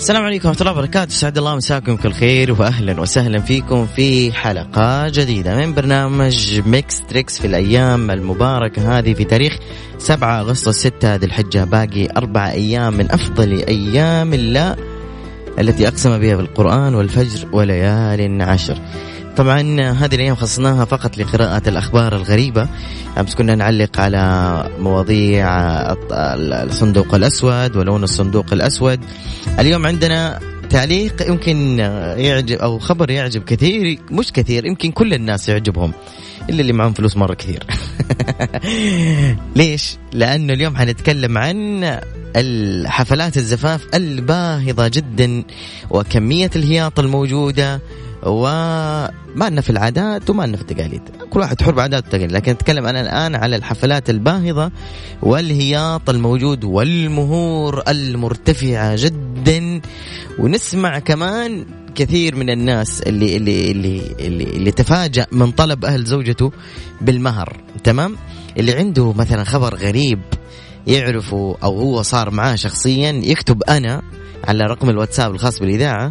السلام عليكم ورحمة الله وبركاته. سعد الله مساكم كل خير وأهلا وسهلا فيكم في حلقة جديدة من برنامج ميكس تريكس في الأيام المباركة هذه في تاريخ 7 أغسطس 6 ذي الحجة. باقي 4 أيام من أفضل أيام الله التي أقسم بها بالقرآن والفجر وليال عشر. طبعا هذه الأيام خصصناها فقط لقراءة الأخبار الغريبة. أمس كنا نعلق على مواضيع الصندوق الأسود ولون الصندوق الأسود. اليوم عندنا تعليق يمكن يعجب أو خبر يعجب كثير، مش كثير، يمكن كل الناس يعجبهم إلا اللي معهم فلوس مرة كثير. ليش؟ لأنه اليوم حنتكلم عن الحفلات الزفاف الباهظة جدا وكمية الهياط الموجودة، وما لنا في العادات وما لنا في التقاليد، كل واحد حر بعادات والتقاليد، لكن أتكلم أنا الآن على الحفلات الباهظة والهياط الموجود والمهور المرتفعة جدا. ونسمع كمان كثير من الناس اللي تفاجأ من طلب أهل زوجته بالمهر، تمام؟ اللي عنده مثلا خبر غريب يعرفه أو هو صار معاه شخصيا يكتب أنا على رقم الواتساب الخاص بالإذاعة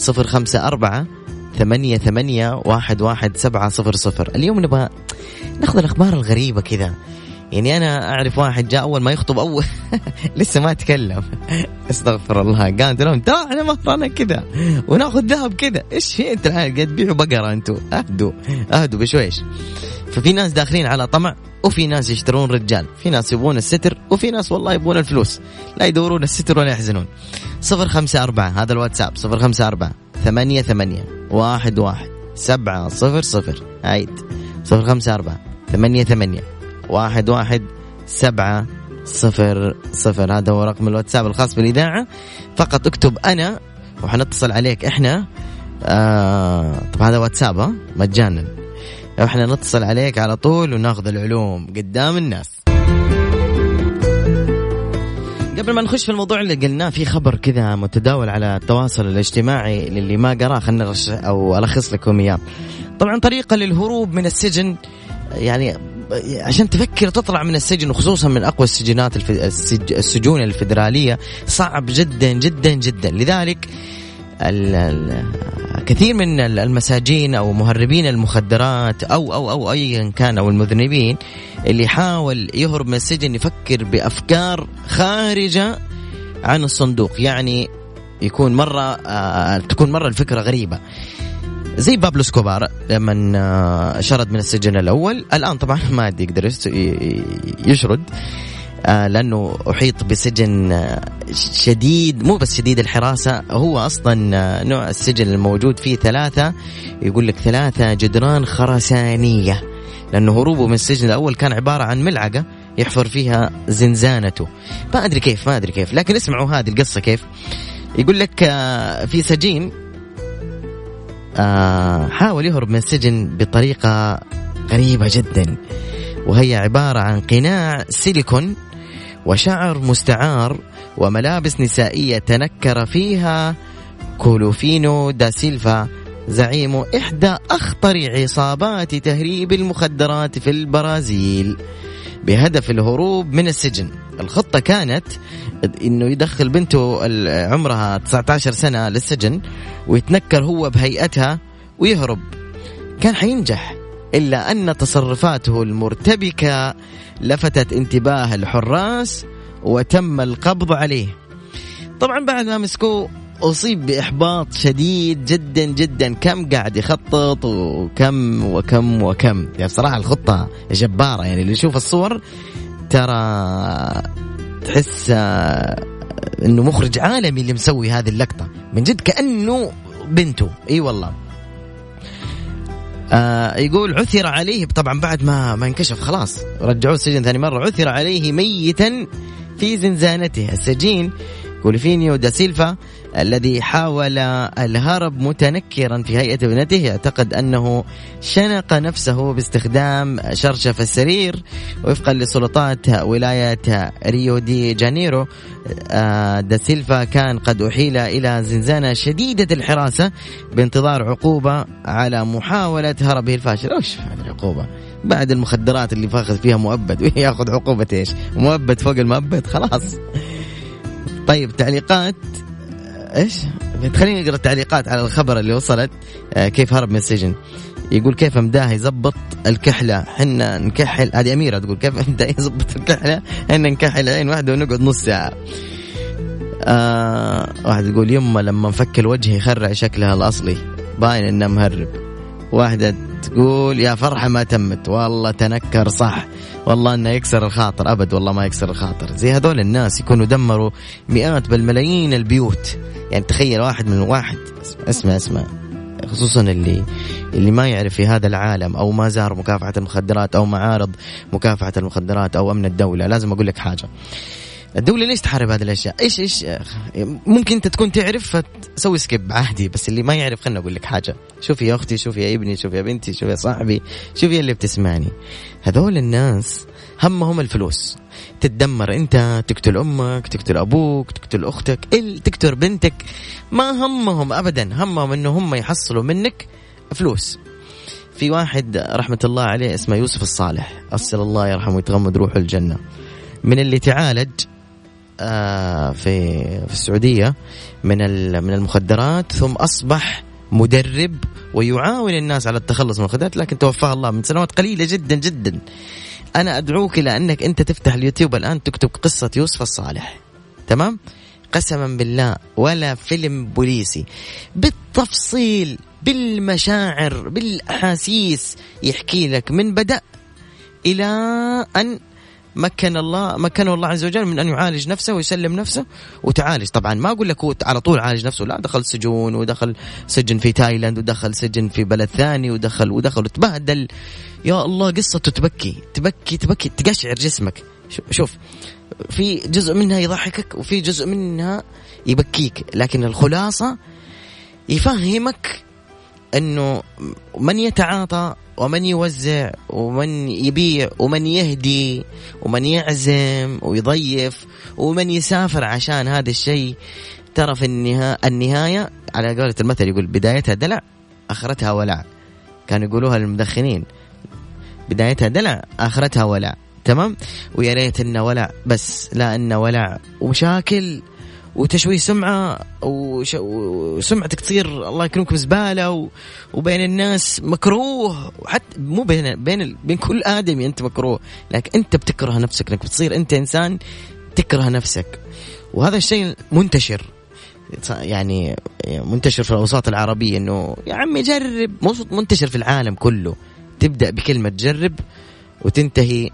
0548811700. اليوم نبغى ناخذ الأخبار الغريبة كذا. يعني أنا أعرف واحد جاء أول ما يخطب أول لسه ما تكلم، استغفر الله، قالت لهم ترى أنا مهرنا كذا وناخذ ذهب كذا. إيش في أنت قاعد تبيعوا بقرة أنتوا؟ أهدوا بشويش. ففي ناس داخلين على طمع، وفي ناس يشترون رجال، في ناس يبون الستر، وفي ناس والله يبون الفلوس، لا يدورون الستر ولا يحزنون. 054 هذا الواتساب 054-88-11-700. عيد 054-88-11-700. هذا هو رقم الواتساب الخاص بالإذاعة. فقط اكتب أنا وحنتصل عليك إحنا. طبعا هذا واتساب مجانا، احنا نتصل عليك على طول وناخذ العلوم قدام الناس. قبل ما نخش في الموضوع اللي قلناه، في خبر كذا متداول على التواصل الاجتماعي للي ما قراه خلنا أو ألخص لكم إياه. طبعا طريقة للهروب من السجن، يعني عشان تفكر تطلع من السجن، وخصوصا من أقوى السجنات السجون الفيدرالية، صعب جدا جدا جدا. لذلك كثير من المساجين أو مهربين المخدرات أو أيا كان أو المذنبين اللي حاول يهرب من السجن يفكر بأفكار خارجة عن الصندوق. يعني تكون مرة الفكرة غريبة، زي بابلو اسكوبار لما شرد من السجن الأول. الآن طبعا ما يقدر يشرد لأنه أحيط بسجن شديد، مو بس شديد الحراسة، هو أصلا نوع السجن الموجود فيه 3، يقول لك 3 جدران خرسانية، لأنه هروبه من السجن الأول كان عبارة عن ملعقة يحفر فيها زنزانته. ما أدري كيف، لكن اسمعوا هذه القصة كيف. يقول لك في سجين حاول يهرب من السجن بطريقة غريبة جدا، وهي عبارة عن قناع سيليكون وشعر مستعار وملابس نسائية تنكر فيها كولوفينو دا سيلفا، زعيم إحدى أخطر عصابات تهريب المخدرات في البرازيل، بهدف الهروب من السجن. الخطة كانت إنه يدخل بنته عمرها 19 سنة للسجن ويتنكر هو بهيئتها ويهرب. كان حينجح، إلا أن تصرفاته المرتبكة لفتت انتباه الحراس وتم القبض عليه. طبعا بعد ما مسكوه أصيب بإحباط شديد جدا جدا. كم قاعد يخطط وكم وكم وكم، يعني بصراحة الخطة جبارة. يعني اللي يشوف الصور ترى تحس إنه مخرج عالمي اللي مسوي هذه اللقطة، من جد كأنه بنته. إي والله. يقول عثر عليه، طبعا بعد ما انكشف خلاص رجعوه السجن ثاني مرة، عثر عليه ميتا في زنزانته. السجين كولوفينيو دا سيلفا الذي حاول الهرب متنكرا في هيئة ابنته يعتقد أنه شنق نفسه باستخدام شرشف السرير. وفقا لسلطات ولاية ريو دي جانيرو، دا سيلفا كان قد أحيل إلى زنزانة شديدة الحراسة بانتظار عقوبة على محاولة هربه الفاشل. وش العقوبة بعد المخدرات اللي فاخذ فيها مؤبد، وياخذ عقوبة إيش؟ مؤبد فوق المؤبد خلاص. طيب تعليقات إيش خليني أقرأ التعليقات على الخبر اللي وصلت. كيف هرب من السجن؟ يقول كيف مداه يزبط الكحلة حنا نكحل. هذه أميرة تقول كيف مداه يزبط الكحلة حنا نكحل عين واحدة ونقعد نص ساعة. واحد يقول يما لما نفك الوجه يخرع شكلها الأصلي باين إنه مهرب. واحدة تقول يا فرحة ما تمت والله تنكر صح والله إنه يكسر الخاطر. أبد والله ما يكسر الخاطر. زي هذول الناس يكونوا دمروا مئات بل ملايين البيوت. يعني تخيل واحد من واحد اسمع خصوصا اللي ما يعرف في هذا العالم أو ما زار مكافحة المخدرات أو معارض مكافحة المخدرات أو أمن الدولة. لازم أقول لك حاجة، الدولة ليش تحارب هذه الأشياء؟ إيش ممكن أنت تكون تعرف فتسوي سكيب عادي، بس اللي ما يعرف خلنا أقول لك حاجة. شوفي يا أختي، شوفي يا ابني، شوفي يا بنتي، شوفي يا صاحبي، شوفي اللي بتسمعني. هذول الناس همهم الفلوس. تتدمر أنت، تقتل أمك، تقتل أبوك، تقتل أختك، تقتل بنتك، ما همهم أبدا. همهم إنه هم يحصلوا منك فلوس. في واحد رحمة الله عليه اسمه يوسف الصالح، أسأل الله يرحمه ويتغمد روحه الجنة، من اللي تعالج في السعودية من المخدرات، ثم أصبح مدرب ويعاون الناس على التخلص من المخدرات، لكن توفاه الله من سنوات قليلة جدا جدا. أنا أدعوك إلى أنك أنت تفتح اليوتيوب الآن تكتب قصة يوسف الصالح، تمام؟ قسما بالله ولا فيلم بوليسي، بالتفصيل بالمشاعر بالأحاسيس، يحكي لك من بدأ إلى أن مكنه الله عز وجل من أن يعالج نفسه ويسلم نفسه وتعالج. طبعا ما أقول لك هو على طول عالج نفسه، لا، دخل سجون ودخل سجن في تايلاند ودخل سجن في بلد ثاني ودخل وتبهدل. يا الله قصته تبكي تقشعر جسمك. شوف، في جزء منها يضحكك وفي جزء منها يبكيك، لكن الخلاصة يفهمك أنه من يتعاطى ومن يوزع ومن يبيع ومن يهدي ومن يعزم ويضيف ومن يسافر عشان هذا الشيء، ترى في النهاية على قولة المثل يقول بدايتها دلع آخرتها ولع. كانوا يقولوها للمدخنين، بدايتها دلع آخرتها ولع، تمام؟ ويا ريت إنه ولع بس، لا إنه ولع ومشاكل وتشويه سمعة وسمعتك تصير الله يكرمكم زبالة وبين الناس مكروه، وحتى مو بين كل آدمي أنت مكروه، لكن أنت بتكره نفسك، لأنك بتصير أنت إنسان تكره نفسك. وهذا الشيء منتشر، يعني منتشر في الأوساط العربية، إنه يا عمي جرب، منتشر في العالم كله. تبدأ بكلمة جرب وتنتهي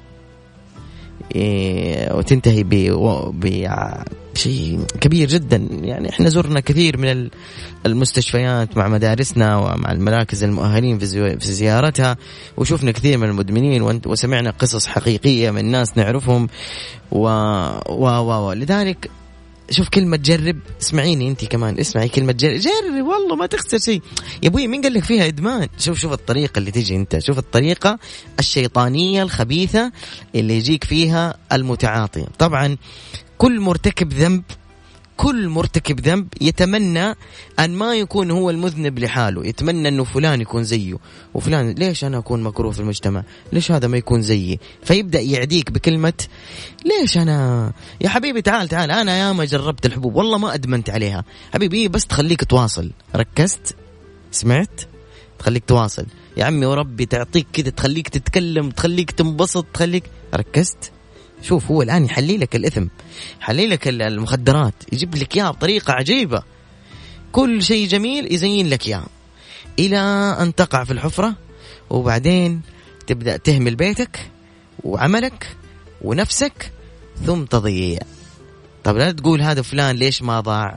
بشيء كبير جدا. يعني احنا زرنا كثير من المستشفيات مع مدارسنا ومع المراكز المؤهلين في زيارتها، وشوفنا كثير من المدمنين وسمعنا قصص حقيقية من ناس نعرفهم لذلك شوف كلمة جرب، اسمعيني انت كمان، اسمعي كلمة جرب والله ما تخسر شيء يا ابوي. مين قال لك فيها ادمان؟ شوف الطريقة اللي تيجي انت، شوف الطريقة الشيطانية الخبيثة اللي يجيك فيها المتعاطي. طبعا كل مرتكب ذنب يتمنى أن ما يكون هو المذنب لحاله، يتمنى أنه فلان يكون زيه، وفلان ليش أنا أكون مكروه في المجتمع، ليش هذا ما يكون زيي، فيبدأ يعديك بكلمة ليش أنا يا حبيبي، تعال أنا يا ما جربت الحبوب والله ما أدمنت عليها حبيبي، بس تخليك تواصل، ركزت سمعت، تخليك تواصل يا عمي وربي، تعطيك كده، تخليك تتكلم، تخليك تنبسط، تخليك ركزت. شوف هو الآن يحلي لك الإثم، يحلي لك المخدرات، يجيب لك إياها بطريقة عجيبة، كل شيء جميل يزين لك إياه إلى أن تقع في الحفرة، وبعدين تبدأ تهمل بيتك وعملك ونفسك ثم تضيع. طب لا تقول هذا فلان ليش ما ضاع،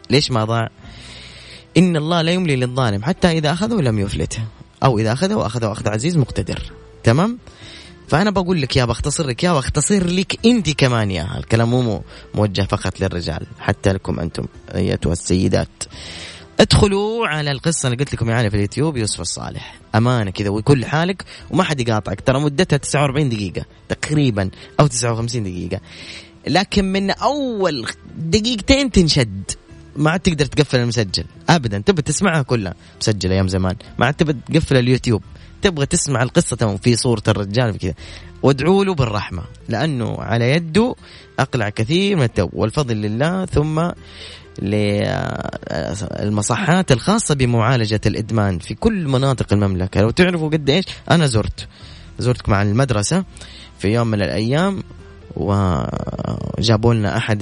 إن الله لا يملي للظالم حتى إذا أخذه لم يفلته، أو إذا أخذه أخذ عزيز مقتدر، تمام؟ فأنا بقول لك يا بختصر لك يا واختصر لك أنت كمان يا، الكلام مو موجه فقط للرجال، حتى لكم أنتم أيتها السيدات. ادخلوا على القصة اللي قلت لكم يعني في اليوتيوب، يوسف الصالح، أمانة كذا وكل حالك وما حد يقاطعك، ترى مدتها 49 دقيقة تقريبا أو 59 دقيقة، لكن من أول دقيقتين تنشد، ما عاد تقدر تقفل المسجل أبدا، تبي تسمعها كلها مسجلة أيام زمان، ما عاد تبي تقفل اليوتيوب، تبغى تسمع القصة في صورة الرجال في كذا، وادعوا له بالرحمة، لأنه على يده أقلع كثير من التوب، والفضل لله. ثم للمصحات الخاصة بمعالجة الإدمان في كل مناطق المملكة. لو تعرفوا قد إيش أنا زرتك مع المدرسة في يوم من الأيام، وجابوا لنا أحد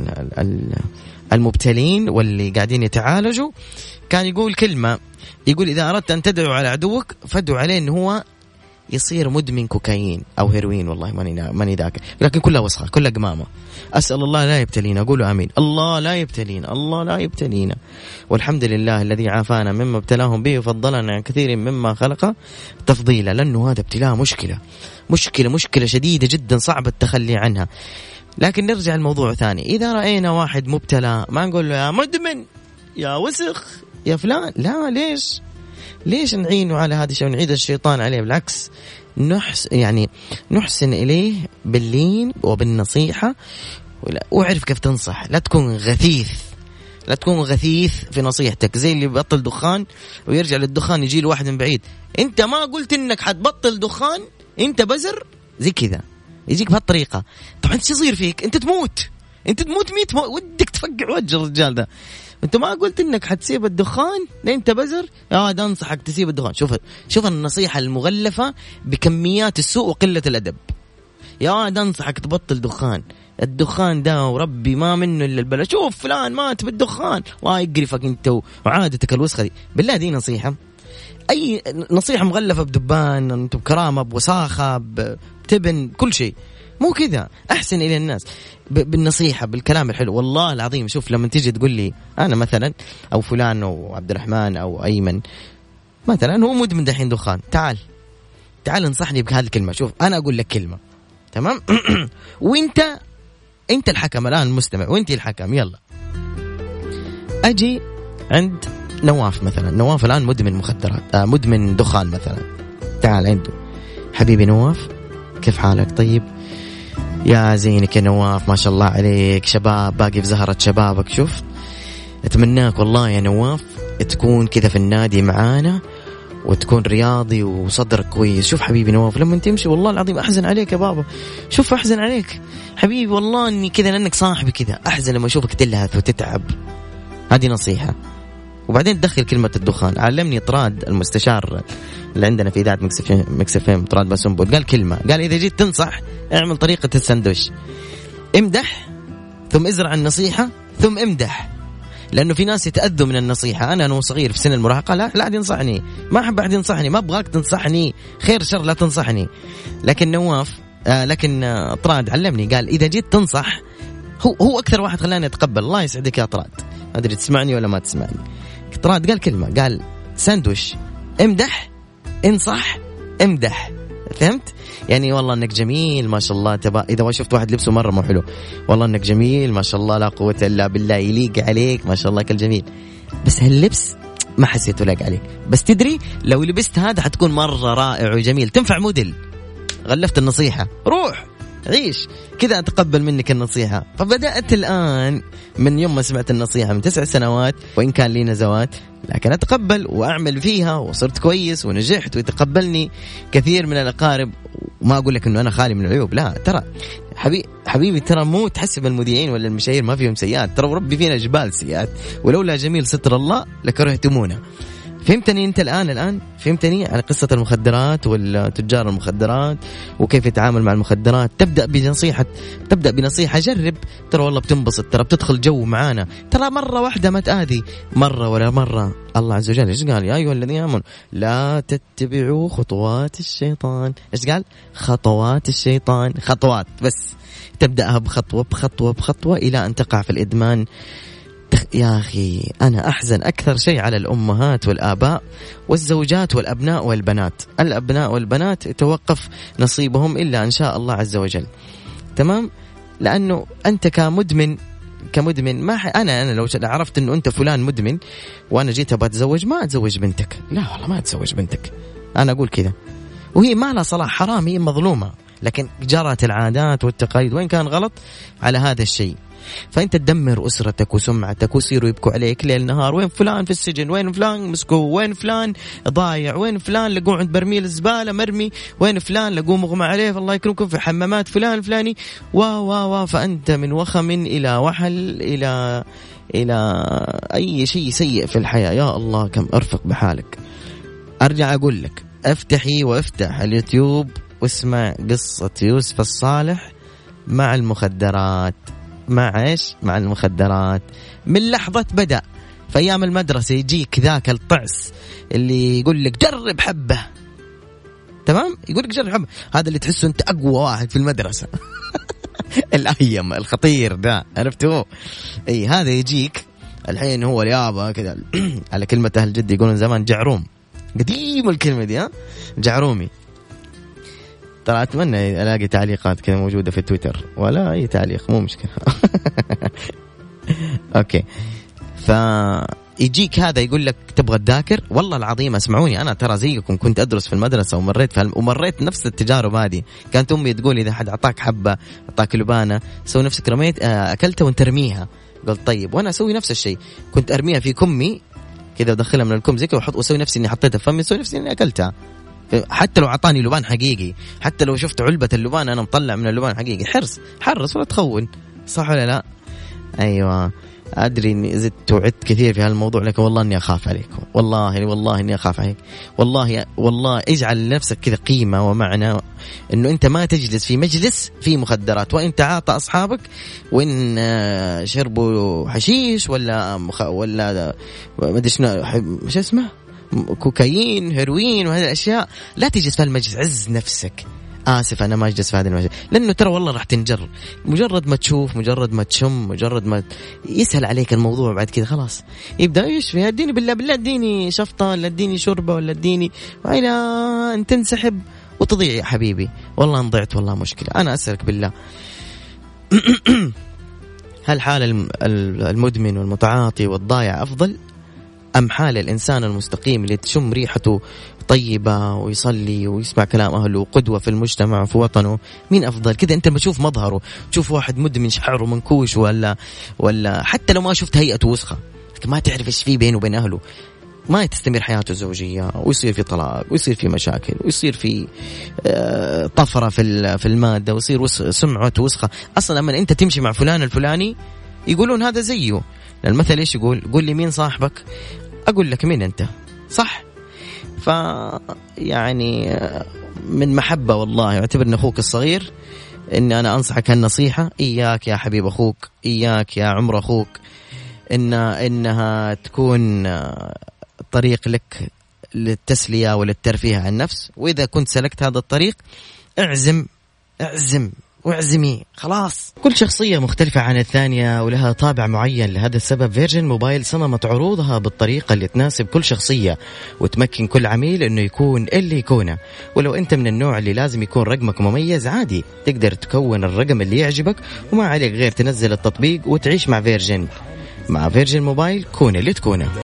المبتلين واللي قاعدين يتعالجوا، كان يقول كلمة، يقول إذا أردت أن تدعو على عدوك فادعو عليه إنه هو يصير مدمن كوكايين أو هيروين، والله ماني ذاكر، لكن كلها وسخة كلها قمامة. أسأل الله لا يبتلينا، أقولوا آمين. الله لا يبتلينا، الله لا يبتلينا، والحمد لله الذي عافانا مما ابتلاهم به وفضلنا عن كثير مما خلق تفضيلا، لأنه هذا ابتلاء مشكلة شديدة جدا صعب التخلي عنها. لكن نرجع الموضوع ثاني، إذا رأينا واحد مبتلى ما نقول له يا مدمن يا وسخ يا فلان، لا، ليش نعينه على هذا الشيء ونعيد الشيطان عليه؟ بالعكس نحسن إليه باللين وبالنصيحة، وعرف كيف تنصح. لا تكون غثيث في نصيحتك، زي اللي بطل دخان ويرجع للدخان يجي له واحد من بعيد، انت ما قلت انك حتبطل دخان، انت بزر، زي كذا يجيك بهالطريقة. طبعا ايش يصير فيك؟ انت تموت ميت، ودك تفقع وجه الرجال ده. انت ما قلت انك حتسيب الدخان، انت بزر، هذا انصحك تسيب الدخان. شوف النصيحة المغلفة بكميات السوء وقلة الأدب. يا هذا انصحك تبطل دخان، الدخان ده وربي ما منه إلا البلا، شوف فلان مات بالدخان، الله يقرفك انت وعادتك الوسخة دي. بالله دي نصيحة؟ أي نصيحة مغلفة بدبان، انت بكرامة، بوساخة، بتبن، كل شيء. مو كذا. أحسن إلى الناس بالنصيحة، بالكلام الحلو. والله العظيم شوف، لما تيجي تقول لي أنا مثلا أو فلان أو عبد الرحمن أو أيمن مثلا هو مدمن دحين دخان، تعال انصحني بهذه الكلمة. شوف أنا أقول لك كلمة، تمام؟ وانت الحكم الآن، المستمع، وانت الحكم. يلا أجي عند نواف مثلا، نواف الآن مدمن مخدرات، مدمن دخان مثلا. تعال عنده، حبيبي نواف كيف حالك؟ طيب يا زينك يا نواف، ما شاء الله عليك، شباب، باقي في زهرة شبابك. شوف أتمناك والله يا نواف تكون كذا في النادي معانا، وتكون رياضي وصدرك كويس. شوف حبيبي نواف لما تمشي والله العظيم أحزن عليك يا بابا، شوف أحزن عليك حبيبي والله إني كذا، لأنك صاحبي كذا أحزن لما أشوفك تلهث وتتعب. هذه نصيحة. وبعدين تدخل كلمة الدخان. علمني طراد المستشار اللي عندنا في إذاعة مكس اف ام، طراد باسنبول، قال كلمة، قال إذا جيت تنصح اعمل طريقة السندويش، امدح ثم ازرع النصيحة ثم امدح. لأنه في ناس يتأذوا من النصيحة. أنا صغير في سن المراهقة لا أحد ينصحني، ما أحب أحد ينصحني، ما أبغاك تنصحني، خير شر لا تنصحني. لكن نواف طراد علمني، قال إذا جيت تنصح، هو أكثر واحد خلاني أتقبل. الله يسعدك يا طراد، ما أدري تسمعني ولا ما تسمعني. طراد قال كلمة، قال ساندويش، امدح، انصح، امدح. فهمت؟ يعني والله انك جميل ما شاء الله، اذا ما شفت واحد لبسه مره مو حلو، والله انك جميل ما شاء الله لا قوه الا بالله، يليق عليك ما شاء الله كل جميل، بس هاللبس ما حسيته لاق عليك، بس تدري لو لبست هذا حتكون مره رائع وجميل، تنفع موديل. غلفت النصيحه، روح عيش كذا، أتقبل منك النصيحة. فبدأت الآن من يوم ما سمعت النصيحة من 9 سنوات، وإن كان لي نزوات لكن أتقبل وأعمل فيها، وصرت كويس ونجحت، ويتقبلني كثير من الأقارب. وما أقول لك أنه أنا خالي من العيوب، لا، ترى حبيبي ترى مو تحسب المذيعين ولا المشاهير ما فيهم سيئات، ترى ربي فينا جبال سيئات، ولولا جميل ستر الله لكرهتمونا. فهمتني أنت الآن فهمتني على قصة المخدرات والتجار المخدرات وكيف يتعامل مع المخدرات. تبدأ بنصيحة، جرب، ترى والله بتنبسط، ترى بتدخل جو معانا، ترى مرة واحدة ما تآذي، مرة ولا مرة. الله عز وجل إيش قال؟ يا أيها الذين آمنوا لا تتبعوا خطوات الشيطان. إيش قال؟ خطوات الشيطان، خطوات بس تبدأها بخطوة إلى أن تقع في الإدمان. يا أخي أنا أحزن أكثر شيء على الأمهات والآباء والزوجات والأبناء والبنات. الأبناء والبنات يتوقف نصيبهم إلا إن شاء الله عز وجل، تمام؟ لأنه أنت كمدمن ما أنا لو عرفت أنه أنت فلان مدمن وأنا جيت أبغى أتزوج، ما أتزوج بنتك، لا والله ما أتزوج بنتك، أنا أقول كذا. وهي ما لها صلاح، حرام، هي مظلومة، لكن جرت العادات والتقاليد وإن كان غلط على هذا الشيء. فأنت تدمر أسرتك وسمعتك ويصيروا يبكوا عليك ليل نهار. وين فلان في السجن، وين فلان مسكوه، وين فلان ضايع، وين فلان لقوه عند برميل الزبالة مرمي، وين فلان لقوه مغمى عليه الله يكرمكم في حمامات فلان الفلاني فأنت من وخم إلى وحل إلى أي شيء سيء في الحياة. يا الله كم أرفق بحالك. أرجع أقول لك وافتح اليوتيوب واسمع قصة يوسف الصالح مع المخدرات. مع إيش؟ مع المخدرات. من لحظة بدأ في أيام المدرسة يجيك ذاك الطعس اللي يقول لك جرب حبة، تمام؟ يقول لك جرب حبة، هذا اللي تحسه أنت أقوى واحد في المدرسة. الأيام الخطير ده، عرفتوه؟ أي هذا يجيك الحين هو اليابا كذا. على كلمة أهل جدي يقولون زمان جعروم، قديم الكلمة دي، جعرومي. ترى أتمنى ألاقي تعليقات كذا موجودة في تويتر، ولا أي تعليق مو مشكلة. أوكي، فيجيك هذا يقول لك تبغى تذاكر. والله العظيم اسمعوني، أنا ترى زيكم كنت أدرس في المدرسة ومريت نفس التجارب هذه. كانت أمي تقول إذا حد أعطاك حبة، أعطاك لبانة، سوي نفسك رميت أكلتها وانت رميها. قلت طيب، وأنا أسوي نفس الشيء، كنت أرميها في كمي كذا ودخلها من الكم زي كذا وأسوي نفسي إني حطيتها في فمي، أسوي نفسي إني أكلتها. حتى لو عطاني لبان حقيقي، حتى لو شفت علبة اللبان أنا مطلع من اللبان حقيقي. حرص ولا تخون، صح ولا لا؟ أيوة، أدري إني زدت وعدت كثير في هالموضوع، لكن والله إني أخاف عليكم، والله إني أخاف عليك. والله اجعل لنفسك كذا قيمة ومعنى، إنه أنت ما تجلس في مجلس فيه مخدرات، وإن تعاطى أصحابك، وإن شربوا حشيش ولا ما أدري شو اسمه، كوكايين، هيروين وهذه الأشياء، لا تجلس في المجلس. عز نفسك. آسف أنا ما أجلس في هذا المجلس، لأنه ترى والله راح تنجر. مجرد ما تشوف، مجرد ما تشم، مجرد ما يسهل عليك الموضوع، بعد كذا خلاص يبدأ يشفي. اديني بالله اديني شفطة، ولا اديني شوربة، ولا اديني، وإلى أن تنسحب وتضيع يا حبيبي. والله ان ضعت والله مشكلة. أنا أسألك بالله، هل حال المدمن والمتعاطي والضايع أفضل أم حال الإنسان المستقيم اللي تشم ريحته طيبة ويصلي ويسمع كلام أهله وقدوة في المجتمع وفي وطنه؟ مين أفضل؟ كده أنت لما تشوف مظهره، تشوف واحد مدمن شعره منكوش، ولا حتى لو ما شفت هيئته وسخة، ما تعرف إيش فيه بينه وبين أهله، ما تستمر حياته الزوجية، ويصير في طلاق، ويصير في مشاكل، ويصير في طفرة في المادة، ويصير سمعته وسخة. أصلا لما أنت تمشي مع فلان الفلاني يقولون هذا زيه. المثل إيش يقول؟ قول لي مين صاحبك أقول لك مين أنت، صح؟ يعني من محبة والله، اعتبرني أخوك الصغير، إن أنا أنصحك هالنصيحة. إياك يا حبيب أخوك، إياك يا عمر أخوك، إنها تكون طريق لك للتسلية وللترفيه عن النفس. وإذا كنت سلكت هذا الطريق اعزم واعزمي، خلاص. كل شخصية مختلفة عن الثانية ولها طابع معين، لهذا السبب فيرجن موبايل صممت عروضها بالطريقة اللي تناسب كل شخصية وتمكن كل عميل انه يكون اللي يكونه. ولو انت من النوع اللي لازم يكون رقمك مميز، عادي تقدر تكون الرقم اللي يعجبك، وما عليك غير تنزل التطبيق وتعيش مع فيرجن. مع فيرجن موبايل كون اللي تكونه.